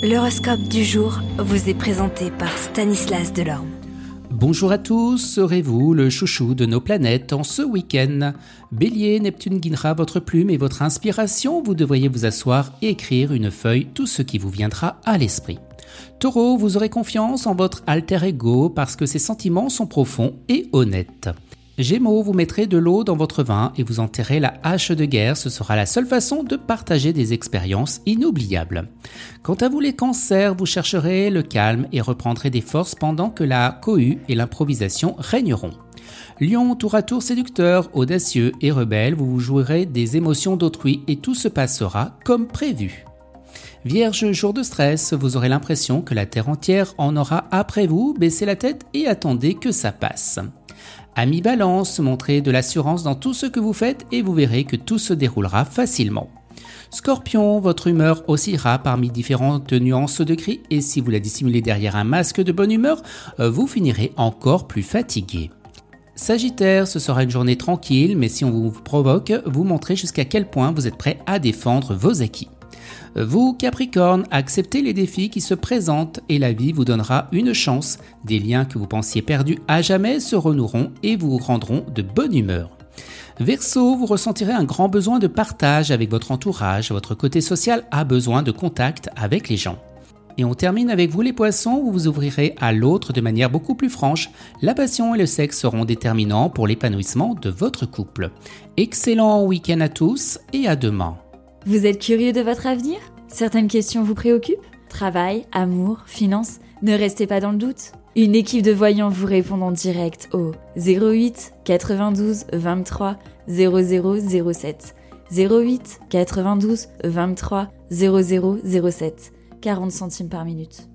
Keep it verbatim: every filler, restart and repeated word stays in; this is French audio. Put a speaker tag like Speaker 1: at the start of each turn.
Speaker 1: L'horoscope du jour vous est présenté par Stanislas Delorme.
Speaker 2: Bonjour à tous, serez-vous le chouchou de nos planètes en ce week-end? Bélier, Neptune guidera votre plume et votre inspiration, vous devriez vous asseoir et écrire une feuille tout ce qui vous viendra à l'esprit. Taureau, vous aurez confiance en votre alter ego parce que ses sentiments sont profonds et honnêtes. Gémeaux, vous mettrez de l'eau dans votre vin et vous enterrez la hache de guerre, ce sera la seule façon de partager des expériences inoubliables. Quant à vous les cancers, vous chercherez le calme et reprendrez des forces pendant que la cohue et l'improvisation régneront. Lion, tour à tour séducteur, audacieux et rebelle, vous vous jouerez des émotions d'autrui et tout se passera comme prévu. Vierge, jour de stress, vous aurez l'impression que la terre entière en aura après vous, baissez la tête et attendez que ça passe. Amis Balance, montrez de l'assurance dans tout ce que vous faites et vous verrez que tout se déroulera facilement. Scorpion, votre humeur oscillera parmi différentes nuances de gris et si vous la dissimulez derrière un masque de bonne humeur, vous finirez encore plus fatigué. Sagittaire, ce sera une journée tranquille, mais si on vous provoque, vous montrez jusqu'à quel point vous êtes prêt à défendre vos acquis. Vous, Capricorne, acceptez les défis qui se présentent et la vie vous donnera une chance. Des liens que vous pensiez perdus à jamais se renoueront et vous rendront de bonne humeur. Verseau, vous ressentirez un grand besoin de partage avec votre entourage. Votre côté social a besoin de contact avec les gens. Et on termine avec vous les poissons, vous vous ouvrirez à l'autre de manière beaucoup plus franche. La passion et le sexe seront déterminants pour l'épanouissement de votre couple. Excellent week-end à tous et à demain.
Speaker 3: Vous êtes curieux de votre avenir? Certaines questions vous préoccupent? Travail, amour, finances? Ne restez pas dans le doute. Une équipe de voyants vous répond en direct au zéro huit quatre-vingt-douze vingt-trois zéro zéro zéro sept zéro huit quatre-vingt-douze vingt-trois zéro zéro zéro sept quarante centimes par minute.